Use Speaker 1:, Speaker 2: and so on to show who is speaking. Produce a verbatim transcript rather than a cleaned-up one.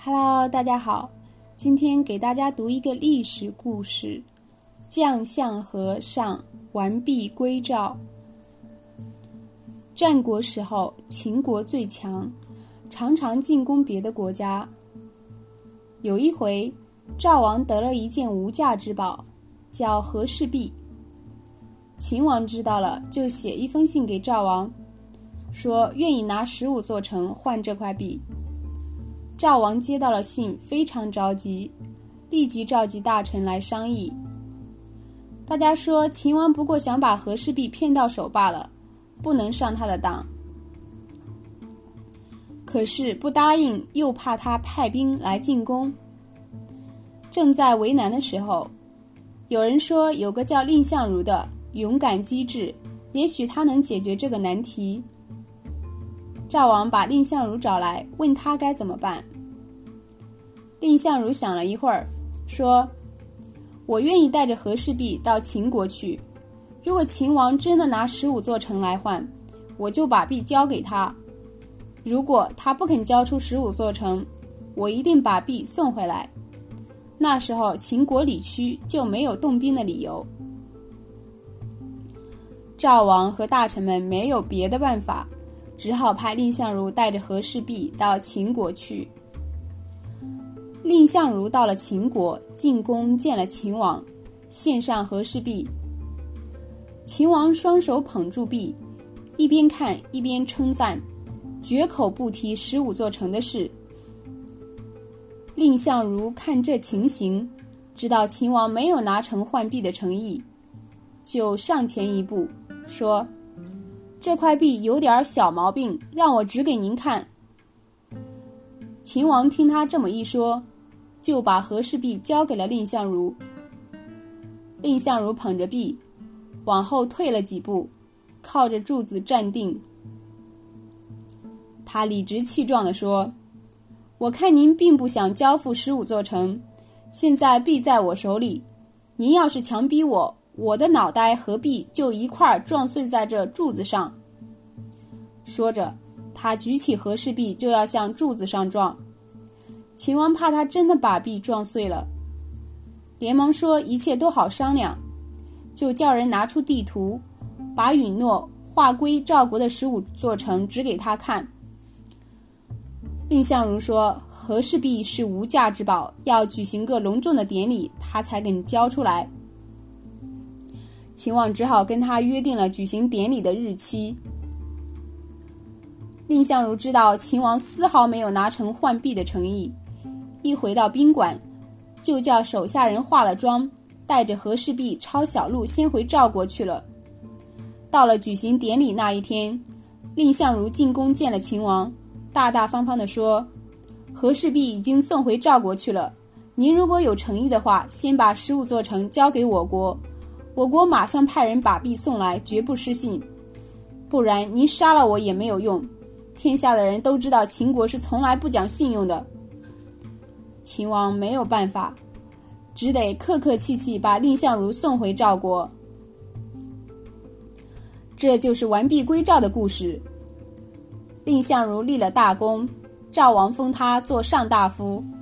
Speaker 1: Hello， 大家好，今天给大家读一个历史故事：将相和尚完璧归赵。战国时候，秦国最强，常常进攻别的国家。有一回，赵王得了一件无价之宝，叫和氏璧。秦王知道了，就写一封信给赵王，说愿意拿十五座城换这块璧。赵王接到了信，非常着急，立即召集大臣来商议。大家说，秦王不过想把和氏璧骗到手罢了，不能上他的当。可是不答应，又怕他派兵来进攻。正在为难的时候，有人说有个叫蔺相如的，勇敢机智，也许他能解决这个难题。赵王把蔺相如找来，问他该怎么办。蔺相如想了一会儿，说：我愿意带着和氏璧到秦国去，如果秦王真的拿十五座城来换，我就把璧交给他；如果他不肯交出十五座城，我一定把璧送回来。那时候秦国理屈，就没有动兵的理由。赵王和大臣们没有别的办法，只好派蔺相如带着和氏璧到秦国去。蔺相如到了秦国，进宫见了秦王，献上和氏璧。秦王双手捧住璧，一边看一边称赞，绝口不提十五座城的事。蔺相如看这情形，知道秦王没有拿城换璧的诚意，就上前一步说：这块璧有点小毛病，让我指给您看。秦王听他这么一说，就把和氏璧交给了蔺相如。蔺相如捧着璧往后退了几步，靠着柱子站定。他理直气壮地说：我看您并不想交付十五座城，现在璧在我手里，您要是强逼我，我的脑袋和璧就一块撞碎在这柱子上。说着，他举起和氏璧就要向柱子上撞。秦王怕他真的把璧撞碎了，连忙说一切都好商量，就叫人拿出地图，把允诺划归赵国的十五座城指给他看。蔺相如说，和氏璧是无价之宝，要举行个隆重的典礼，他才给你交出来。秦王只好跟他约定了举行典礼的日期。蔺相如知道秦王丝毫没有拿城换璧的诚意，一回到宾馆，就叫手下人化了妆，带着和氏璧抄小路先回赵国去了。到了举行典礼那一天，蔺相如进宫见了秦王，大大方方地说：和氏璧已经送回赵国去了，您如果有诚意的话，先把十五座城交给我国，我国马上派人把璧送来，绝不失信。不然您杀了我也没有用，天下的人都知道秦国是从来不讲信用的。秦王没有办法，只得客客气气把蔺相如送回赵国。这就是完璧归赵的故事。蔺相如立了大功，赵王封他做上大夫，